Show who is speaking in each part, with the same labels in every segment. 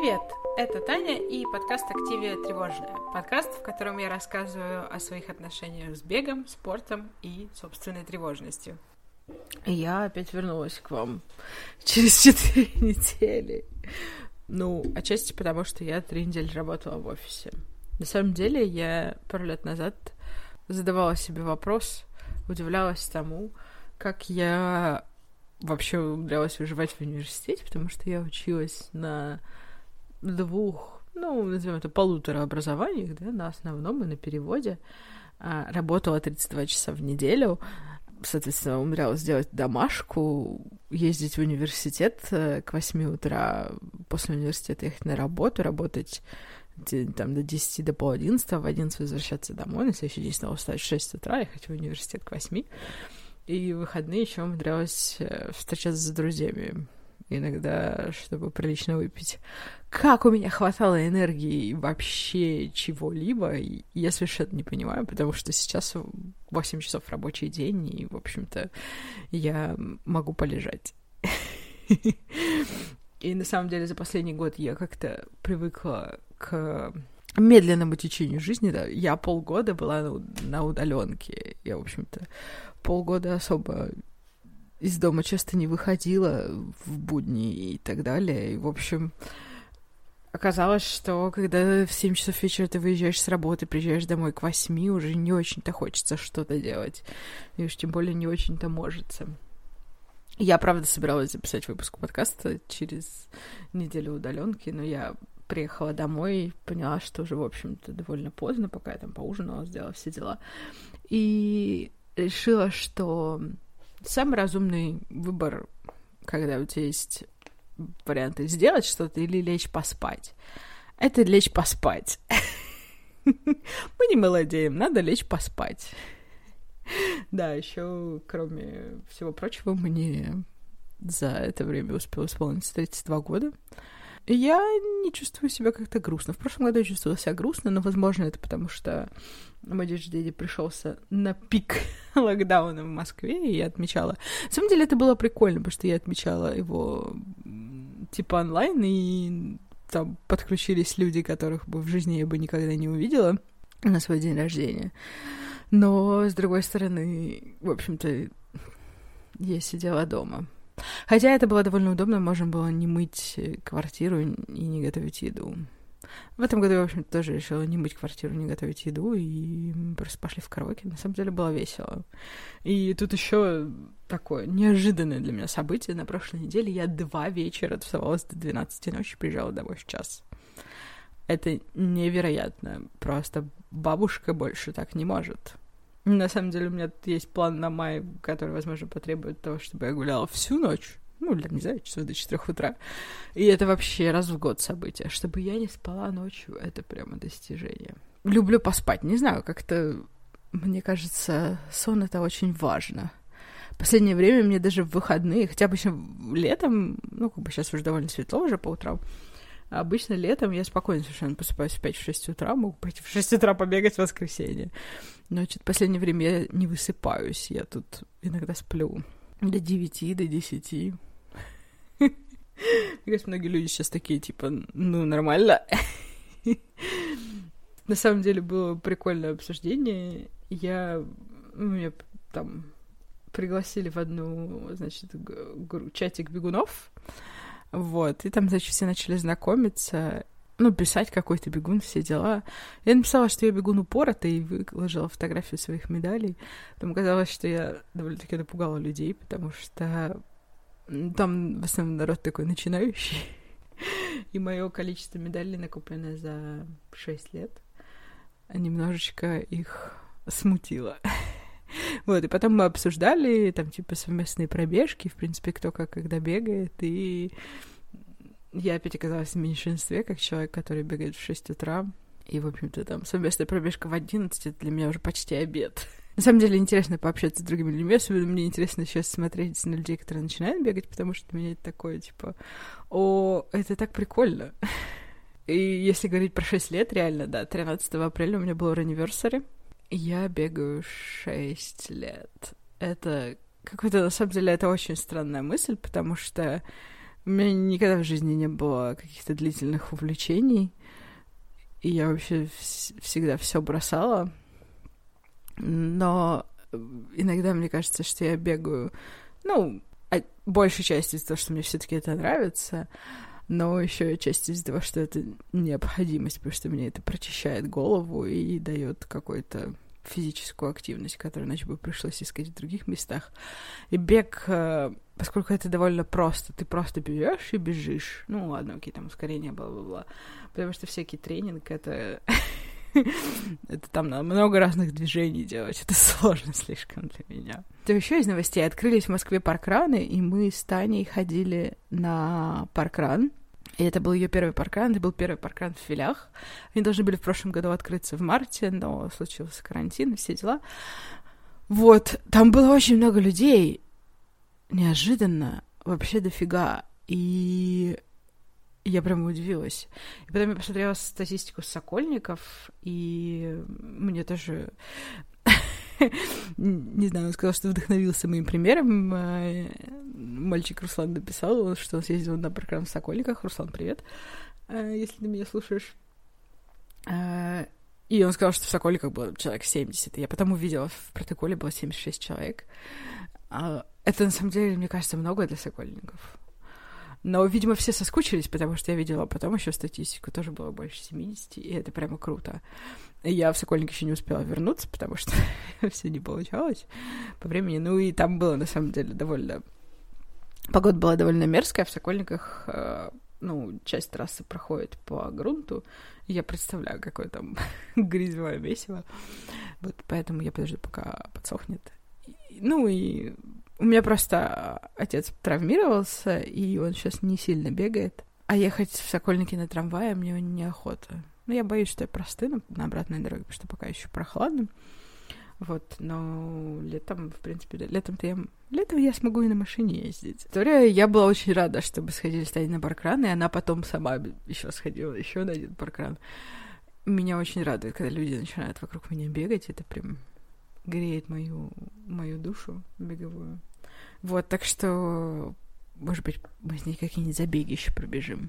Speaker 1: Привет! Это Таня и подкаст «Активия тревожная». Подкаст, в котором я рассказываю о своих отношениях с бегом, спортом и собственной тревожностью. Я опять вернулась к вам через 4 недели. Отчасти потому, что я 3 недели работала в офисе. На самом деле, я пару лет назад задавала себе вопрос, удивлялась тому, как я вообще умудрялась выживать в университете, потому что я училась на 2, назовем это, 1,5 образованиях, да, на основном и на переводе. Работала 32 часа в неделю, соответственно, умудрялась делать домашку, ездить в университет к 8 утра, после университета ехать на работу, работать там до 10, до 10:30, в 11 возвращаться домой, на следующий день снова встать в 6 утра, ехать в университет к 8. И в выходные еще умудрялась встречаться с друзьями. Иногда, чтобы прилично выпить. Как у меня хватало энергии вообще чего-либо, я совершенно не понимаю, потому что сейчас 8 часов рабочий день, и, в общем-то, я могу полежать. И на самом деле за последний год я как-то привыкла к медленному течению жизни, да. Я полгода была на удаленке. Я, в общем-то, полгода особо из дома часто не выходила в будни и так далее. И, в общем, оказалось, что когда в 7 часов вечера ты выезжаешь с работы, приезжаешь домой к 8, уже не очень-то хочется что-то делать. И уж тем более не очень-то можется. Я, правда, собиралась записать выпуск подкаста через неделю удаленки, но я приехала домой и поняла, что уже, в общем-то, довольно поздно, пока я там поужинала, сделала все дела. И решила, что самый разумный выбор, когда у тебя есть варианты сделать что-то или лечь поспать, это лечь поспать. Мы не молодеем, надо лечь поспать. Да, еще, кроме всего прочего, мне за это время успело исполниться 32 года. И я не чувствую себя как-то грустно. В прошлом году я чувствовала себя грустно, но, возможно, это потому, что мой день рождения пришелся на пик локдауна в Москве, и я отмечала. На самом деле это было прикольно, потому что я отмечала его типа онлайн, и там подключились люди, которых бы в жизни я бы никогда не увидела на свой день рождения. Но, с другой стороны, в общем-то, я сидела дома. Хотя это было довольно удобно, можно было не мыть квартиру и не готовить еду. В этом году я, в общем-то, тоже решила не мыть квартиру, не готовить еду, и мы просто пошли в караоке. На самом деле было весело. И тут еще такое неожиданное для меня событие. На прошлой неделе я 2 вечера тусовалась до 12 ночи, приезжала домой в 1. Это невероятно. Просто бабушка больше так не может. На самом деле у меня тут есть план на май, который, возможно, потребует того, чтобы я гуляла всю ночь. Не знаю, часов до 4 утра. И это вообще раз в год событие. Чтобы я не спала ночью, это прямо достижение. Люблю поспать. Не знаю, как-то, мне кажется, сон — это очень важно. В последнее время мне даже в выходные, хотя обычно летом, сейчас уже довольно светло уже по утрам, а обычно летом я спокойно совершенно просыпаюсь в 5-6 утра, могу пойти в 6 утра побегать в воскресенье. Но в последнее время я не высыпаюсь, я тут иногда сплю до 9, до 10. Мне кажется, многие люди сейчас такие, типа, нормально. На самом деле было прикольное обсуждение. Меня там пригласили в одну, чатик бегунов. Вот, и там, все начали знакомиться, писать, какой ты бегун, все дела. Я написала, что я бегун упорото, и выложила фотографию своих медалей. Там оказалось, что я довольно-таки напугала людей, потому что там в основном народ такой начинающий. И мое количество медалей, накопленное за 6 лет, немножечко их смутило. Вот, и потом мы обсуждали, там, совместные пробежки, в принципе, кто как когда бегает, и я опять оказалась в меньшинстве, как человек, который бегает в 6 утра, и, в общем-то, там, совместная пробежка в 11, это для меня уже почти обед. На самом деле интересно пообщаться с другими людьми, особенно мне интересно сейчас смотреть на людей, которые начинают бегать, потому что у меня это такое, это так прикольно. И если говорить про 6 лет, реально, да, 13 апреля у меня был anniversary. Я бегаю 6 лет. Это какой-то, на самом деле, это очень странная мысль, потому что У меня никогда в жизни не было каких-то длительных увлечений, и я вообще всегда все бросала. Но иногда мне кажется, что я бегаю, большей части из-за того, что мне все-таки это нравится, но еще и часть из-за того, что это необходимость, потому что мне это прочищает голову и дает какую-то физическую активность, которую иначе бы пришлось искать в других местах. И бег, поскольку это довольно просто, ты просто берешь и бежишь. Ну ладно, окей, там ускорение, бла-бла-бла. Потому что всякий тренинг — это это там надо много разных движений делать. Это сложно слишком для меня. То еще из новостей. Открылись в Москве паркраны, и мы с Таней ходили на паркран. И это был ее первый паркран. Это был первый паркран в Вилях. Они должны были в прошлом году открыться в марте, но случился карантин и все дела. Вот. Там было очень много людей. Неожиданно. Вообще дофига. И я прямо удивилась. И потом я посмотрела статистику сокольников, и мне тоже... Не знаю, он сказал, что вдохновился моим примером. Мальчик Руслан написал, что он съездил на паркран в Сокольниках. Руслан, привет, если ты меня слушаешь. И он сказал, что в Сокольниках было человек 70. Я потом увидела, в протоколе было 76 человек. Это, на самом деле, мне кажется, много для сокольников. Но, видимо, все соскучились, потому что я видела потом еще статистику, тоже было больше 70, и это прямо круто. Я в Сокольник еще не успела вернуться, потому что все не получалось по времени. Ну, и там было, на самом деле, довольно... Погода была довольно мерзкая. В Сокольниках, часть трассы проходит по грунту. Я представляю, какое там грязевое месиво. Вот поэтому я подожду, пока подсохнет. И у меня просто отец травмировался, и он сейчас не сильно бегает. А ехать в Сокольники на трамвае мне неохота. Я боюсь, что я простыну на обратной дороге, потому что пока еще прохладно. Вот, но летом, в принципе, летом я смогу и на машине ездить. Я была очень рада, чтобы сходили с Таней на паркран, и она потом сама еще сходила еще на один паркран. Меня очень радует, когда люди начинают вокруг меня бегать, это прям... греет мою душу беговую. Вот, так что, может быть, мы с ней какие-нибудь забеги еще пробежим.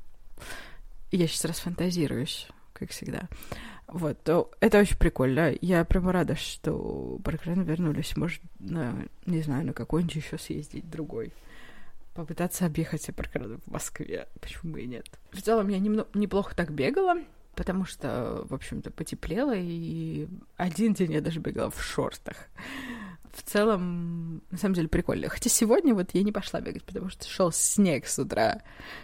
Speaker 1: Я сейчас расфантазируюсь, как всегда. Вот, это очень прикольно. Я прямо рада, что паркраны вернулись. Может, не знаю, на какой-нибудь еще съездить другой. Попытаться объехать все паркраны в Москве. Почему бы и нет? В целом, я неплохо так бегала, потому что, в общем-то, потеплело, и один день я даже бегала в шортах. В целом, на самом деле, прикольно. Хотя сегодня вот я не пошла бегать, потому что шел снег с утра.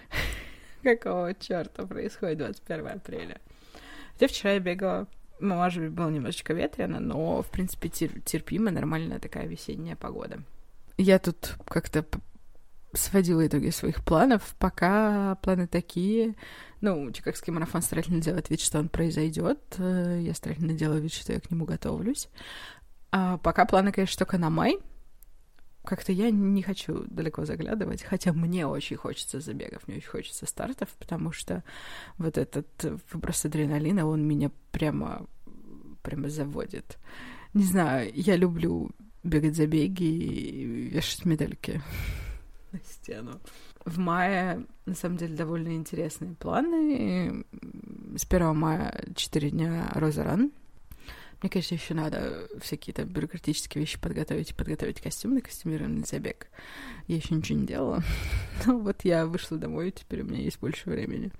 Speaker 1: Какого черта происходит 21 апреля? Хотя вчера я бегала, может быть, было немножечко ветрено, но, в принципе, терпимая, нормальная такая весенняя погода. Я тут как-то сводила итоги своих планов. Пока планы такие. Чикагский марафон старательно делает вид, что он произойдет. Я старательно делаю вид, что я к нему готовлюсь. А пока планы, конечно, только на май. Как-то я не хочу далеко заглядывать, хотя мне очень хочется забегов, мне очень хочется стартов, потому что вот этот выброс адреналина, он меня прямо заводит. Не знаю, я люблю бегать забеги и вешать медальки на стену. В мае, на самом деле, довольно интересные планы. С 1 мая 4 дня Роза-ран. Мне, конечно, еще надо всякие там бюрократические вещи подготовить костюм, костюмированный забег. Я еще ничего не делала. Но вот я вышла домой, и теперь у меня есть больше времени.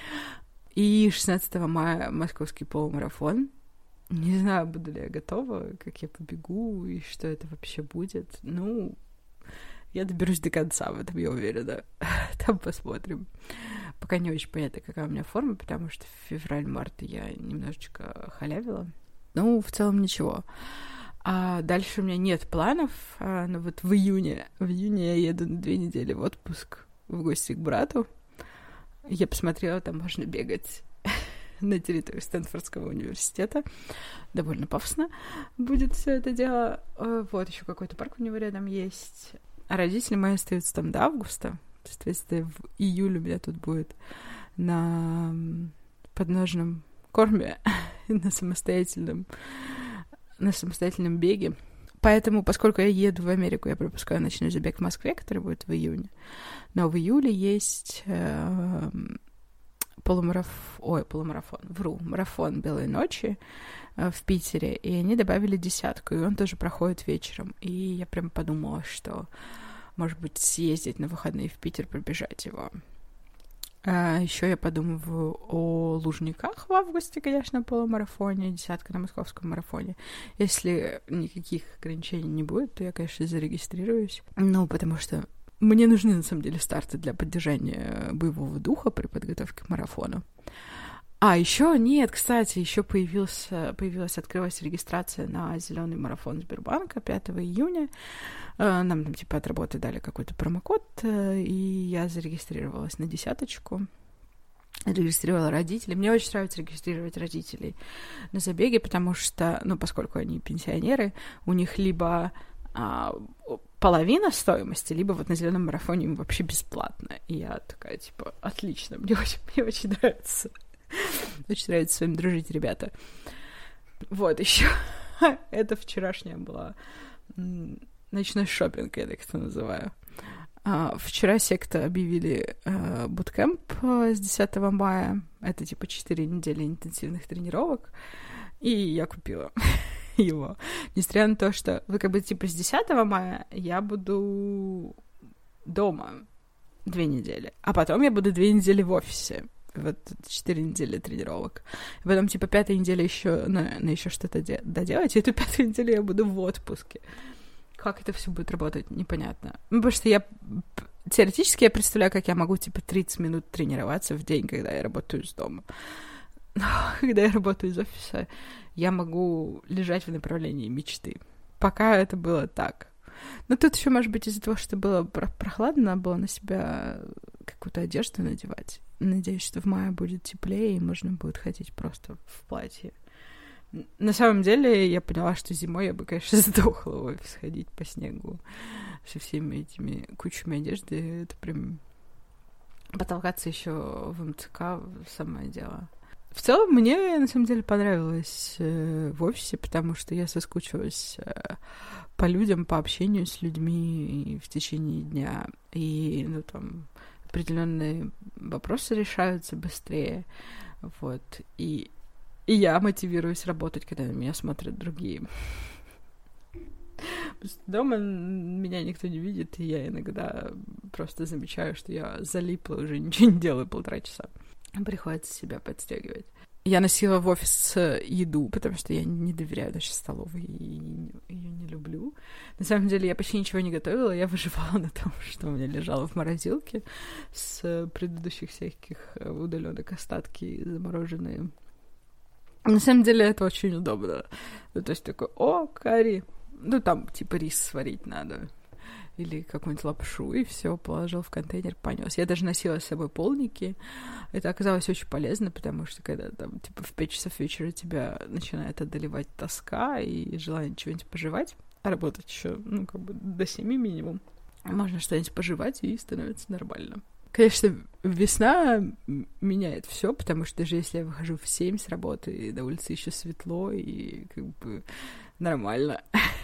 Speaker 1: И 16 мая московский полумарафон. Не знаю, буду ли я готова, как я побегу, и что это вообще будет. Я доберусь до конца, в этом я уверена. Там посмотрим. Пока не очень понятно, какая у меня форма, потому что в февраль-март я немножечко халявила. В целом ничего. А дальше у меня нет планов. Но вот в июне я еду на 2 недели в отпуск в гости к брату. Я посмотрела, там можно бегать на территории Стэнфордского университета. Довольно пафосно будет все это дело. Вот, еще какой-то парк у него рядом есть. А родители мои остаются там до августа. Соответственно, в июле у меня тут будет на подножном корме на самостоятельном беге Поэтому, поскольку я еду в Америку, я пропускаю ночной забег в Москве, который будет в июне. Но в июле есть марафон «Белой ночи» в Питере, и они добавили 10, и он тоже проходит вечером. И я прям подумала, что, может быть, съездить на выходные в Питер, пробежать его. Еще я подумываю о Лужниках в августе, конечно, полумарафоне, 10 на московском марафоне. Если никаких ограничений не будет, то я, конечно, зарегистрируюсь. Ну, потому что мне нужны, на самом деле, старты для поддержания боевого духа при подготовке к марафону. Еще нет, кстати, еще открылась регистрация на зеленый марафон Сбербанка 5 июня. Нам там, от работы дали какой-то промокод, и я зарегистрировалась на 10. Регистрировала родителей. Мне очень нравится регистрировать родителей на забеге, потому что, поскольку они пенсионеры, у них либо половина стоимости, либо вот на зеленом марафоне им вообще бесплатно. И я такая, отлично, мне очень нравится. Очень нравится с вами дружить, ребята. Вот, еще это вчерашняя была ночной шопинг, я так это называю. Вчера секта объявили буткэмп с 10 мая. Это 4 недели интенсивных тренировок. И я купила его. Несмотря на то, что вы с 10 мая я буду дома 2 недели. А потом я буду 2 недели в офисе. Вот 4 недели тренировок. И потом, 5-я неделя еще на еще что-то доделать, и эту 5-ю неделю я буду в отпуске. Как это все будет работать, непонятно. Потому что теоретически я представляю, как я могу, 30 минут тренироваться в день, когда я работаю из дома. Но когда я работаю из офиса, я могу лежать в направлении мечты. Пока это было так. Но тут еще, может быть, из-за того, что было прохладно, надо было на себя какую-то одежду надевать. Надеюсь, что в мае будет теплее, и можно будет ходить просто в платье. На самом деле, я поняла, что зимой я бы, конечно, сдохла в офис ходить по снегу со всеми этими кучами одежды. Это прям... Потолкаться еще в МЦК — самое дело. В целом, мне, на самом деле, понравилось в офисе, потому что я соскучилась по людям, по общению с людьми в течение дня. И, определенные вопросы решаются быстрее. Вот. И я мотивируюсь работать, когда на меня смотрят другие. Дома меня никто не видит, и я иногда просто замечаю, что я залипла, уже ничего не делаю 1,5 часа. Приходится себя подстегивать. Я носила в офис еду, потому что я не доверяю даже столовой и ее не люблю. На самом деле я почти ничего не готовила, я выживала на том, что у меня лежало в морозилке с предыдущих всяких удаленок остатки замороженные. На самом деле это очень удобно. То есть такой, карри. Там рис сварить надо. Или какую-нибудь лапшу, и все, положил в контейнер, понес. Я даже носила с собой полники. Это оказалось очень полезно, потому что когда в 5 часов вечера тебя начинает одолевать тоска и желание чего-нибудь пожевать, а работать еще, до 7 минимум, можно что-нибудь пожевать, и становится нормально. Конечно, весна меняет все, потому что даже если я выхожу в 7 с работы, и на улице еще светло, и нормально.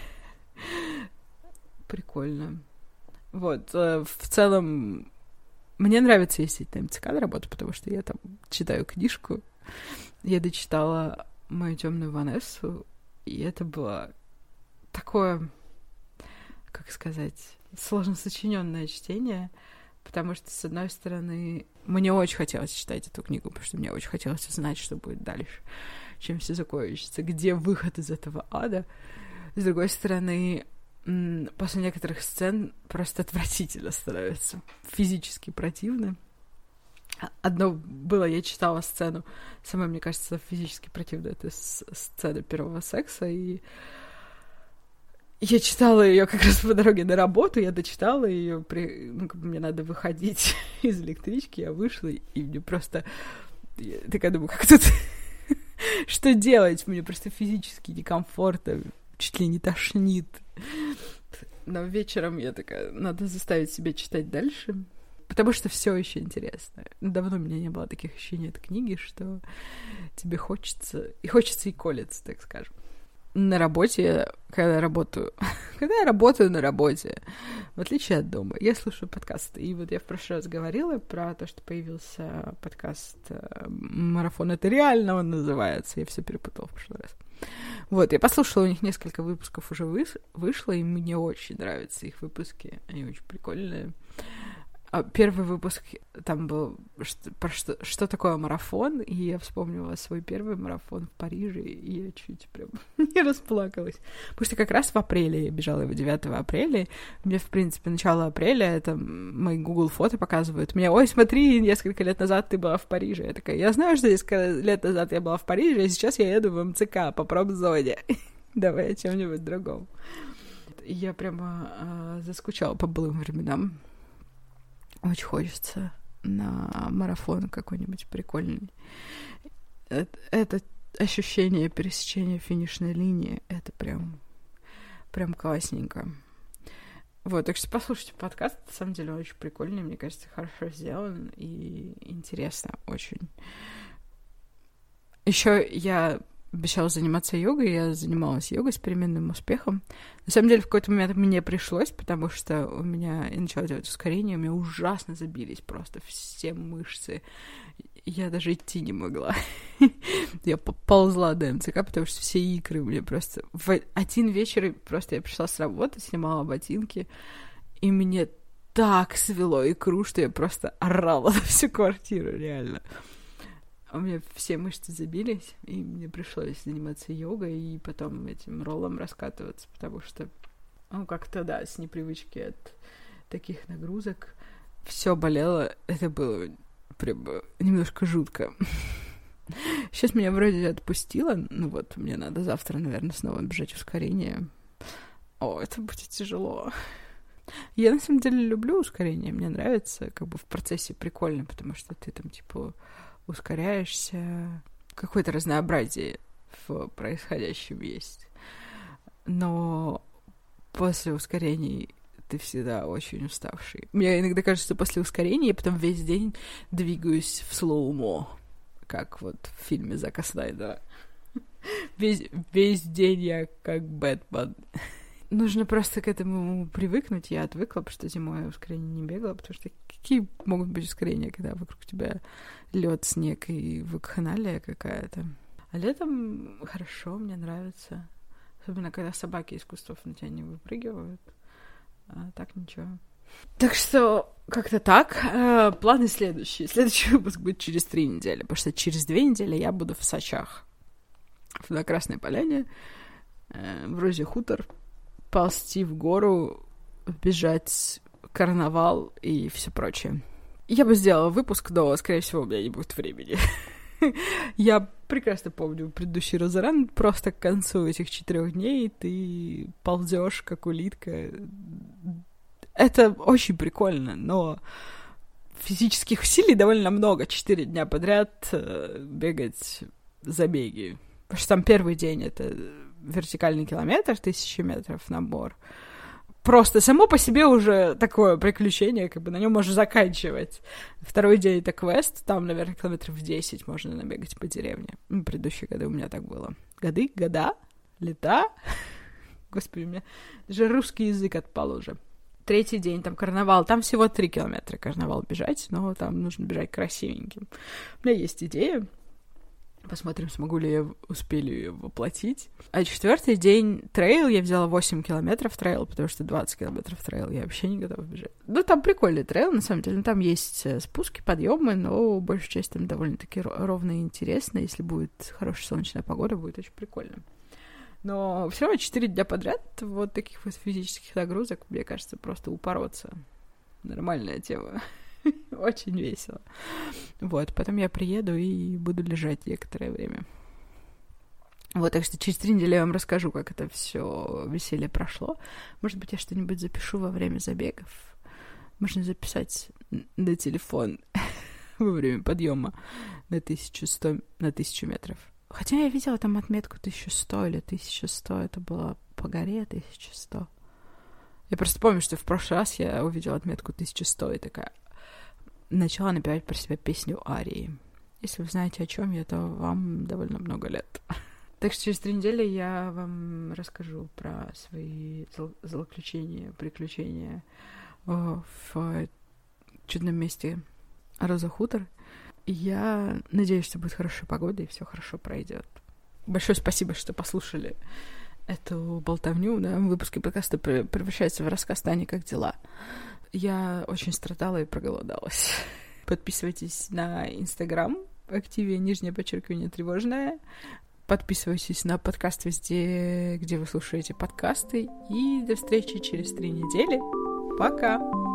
Speaker 1: Прикольно. Вот, в целом, мне нравится ездить на МЦК на работу, потому что я там читаю книжку. Я дочитала «Мою темную Ванессу», и это было такое, как сказать, сложно сочиненное чтение, потому что, с одной стороны, мне очень хотелось читать эту книгу, потому что мне очень хотелось узнать, что будет дальше, чем все закончится, где выход из этого ада. С другой стороны, после некоторых сцен просто отвратительно становится, физически противно. Одно было, я читала сцену, самая, мне кажется, физически противная, это сцена первого секса, и я читала ее как раз по дороге на работу, я дочитала ее, мне надо выходить из электрички, я вышла, и мне просто... Я такая думаю, как тут... Что делать? Мне просто физически некомфортно, чуть ли не тошнит. Но вечером я такая, надо заставить себя читать дальше, потому что все еще интересно. Давно у меня не было таких ощущений от книги, что тебе хочется, и колется, так скажем. на работе, когда я работаю на работе, в отличие от дома, я слушаю подкасты. И вот я в прошлый раз говорила про то, что появился подкаст «Марафон». Это реально он называется. Я все перепутала в прошлый раз. Вот, я послушала, у них несколько выпусков уже вышло, и мне очень нравятся их выпуски. Они очень прикольные. Первый выпуск там был что такое марафон, и я вспомнила свой первый марафон в Париже, и я чуть прям не расплакалась. Потому что как раз в апреле я бежала его 9 апреля. Мне, в принципе, начало апреля, это мои Google фото показывают. Мне, ой, смотри, несколько лет назад ты была в Париже. Я такая, я знаю, что несколько лет назад я была в Париже, а сейчас я еду в МЦК по промзоне. Давай о чем-нибудь другом. Я прямо заскучала по былым временам. Очень хочется на марафон какой-нибудь прикольный. Это ощущение пересечения финишной линии, это прям классненько. Вот, так что послушайте подкаст, на самом деле очень прикольный, мне кажется, хорошо сделан и интересно очень. Еще я обещала заниматься йогой, я занималась йогой с переменным успехом. На самом деле, в какой-то момент мне пришлось, потому что у меня, я начала делать ускорение, у меня ужасно забились просто все мышцы. Я даже идти не могла. Я ползла до МЦК, потому что все икры у меня просто... В один вечер просто я пришла с работы, снимала ботинки, и мне так свело икру, что я просто орала на всю квартиру, реально. У меня все мышцы забились, и мне пришлось заниматься йогой и потом этим роллом раскатываться, потому что, как-то, да, с непривычки от таких нагрузок все болело. Это было прям немножко жутко. Сейчас меня вроде отпустило. Мне надо завтра, наверное, снова бежать ускорение. Это будет тяжело. Я, на самом деле, люблю ускорение. Мне нравится, в процессе прикольно, потому что ты там, ускоряешься, какое-то разнообразие в происходящем есть. Но после ускорений ты всегда очень уставший. Мне иногда кажется, что после ускорения я потом весь день двигаюсь в слоумо, как в фильме Зака Снайдера. Весь день я как Бэтмен. Нужно просто к этому привыкнуть. Я отвыкла, потому что зимой я ускорение не бегала, потому что какие могут быть ускорения, когда вокруг тебя лед, снег и вакханалия какая-то. А летом хорошо, мне нравится. Особенно, когда собаки из кустов на тебя не выпрыгивают. А так ничего. Так что как-то так. Планы следующие. Следующий выпуск будет через 3 недели, потому что через 2 недели я буду в Сочах. На Красной Поляне, в Розе Хутор, ползти в гору, бежать карнавал и все прочее. Я бы сделала выпуск, но, скорее всего, у меня не будет времени. Я прекрасно помню предыдущий Розаран. Просто к концу этих 4 дней ты ползешь, как улитка. Это очень прикольно, но физических усилий довольно много. 4 дня подряд бегать забеги. Потому что там первый день — это вертикальный километр, 1000 метров набор. Просто само по себе уже такое приключение, на нем можно заканчивать. Второй день — это квест, там, наверное, километров 10 можно набегать по деревне. Предыдущие годы у меня так было. Года, лета. Господи, у меня даже русский язык отпал уже. 3-й день, там карнавал, там всего 3 километра карнавал бежать, но там нужно бежать красивеньким. У меня есть идея. Посмотрим, смогу ли я, успею ее воплотить. А 4-й день трейл, я взяла 8 километров трейл, потому что 20 километров трейл я вообще не готова бежать. Там прикольный трейл, на самом деле. Там есть спуски, подъемы, но большая часть там довольно-таки ровно и интересно. Если будет хорошая солнечная погода, будет очень прикольно. Но все равно 4 дня подряд вот таких вот физических нагрузок, мне кажется, просто упороться. Нормальная тема. Очень весело. Потом я приеду и буду лежать некоторое время. Так что через 3 недели я вам расскажу, как это все веселье прошло. Может быть, я что-нибудь запишу во время забегов. Можно записать на телефон во время подъема на 1000 метров. Хотя я видела там отметку 1100 или 1100. Это было по горе 1100. Я просто помню, что в прошлый раз я увидела отметку 1100 и такая... Начала напевать про себя песню арии. Если вы знаете, о чем я, то вам довольно много лет. Так что через 3 недели я вам расскажу про свои злоключения, приключения в чудном месте Роза Хутор. Я надеюсь, что будет хорошая погода и все хорошо пройдет. Большое спасибо, что послушали эту болтовню. Да? Выпуски подкаста превращаются в рассказ Тани «Как дела?». Я очень страдала и проголодалась. Подписывайтесь на Инстаграм в активе _тревожная. Подписывайтесь на подкаст везде, где вы слушаете подкасты. И до встречи через 3 недели. Пока!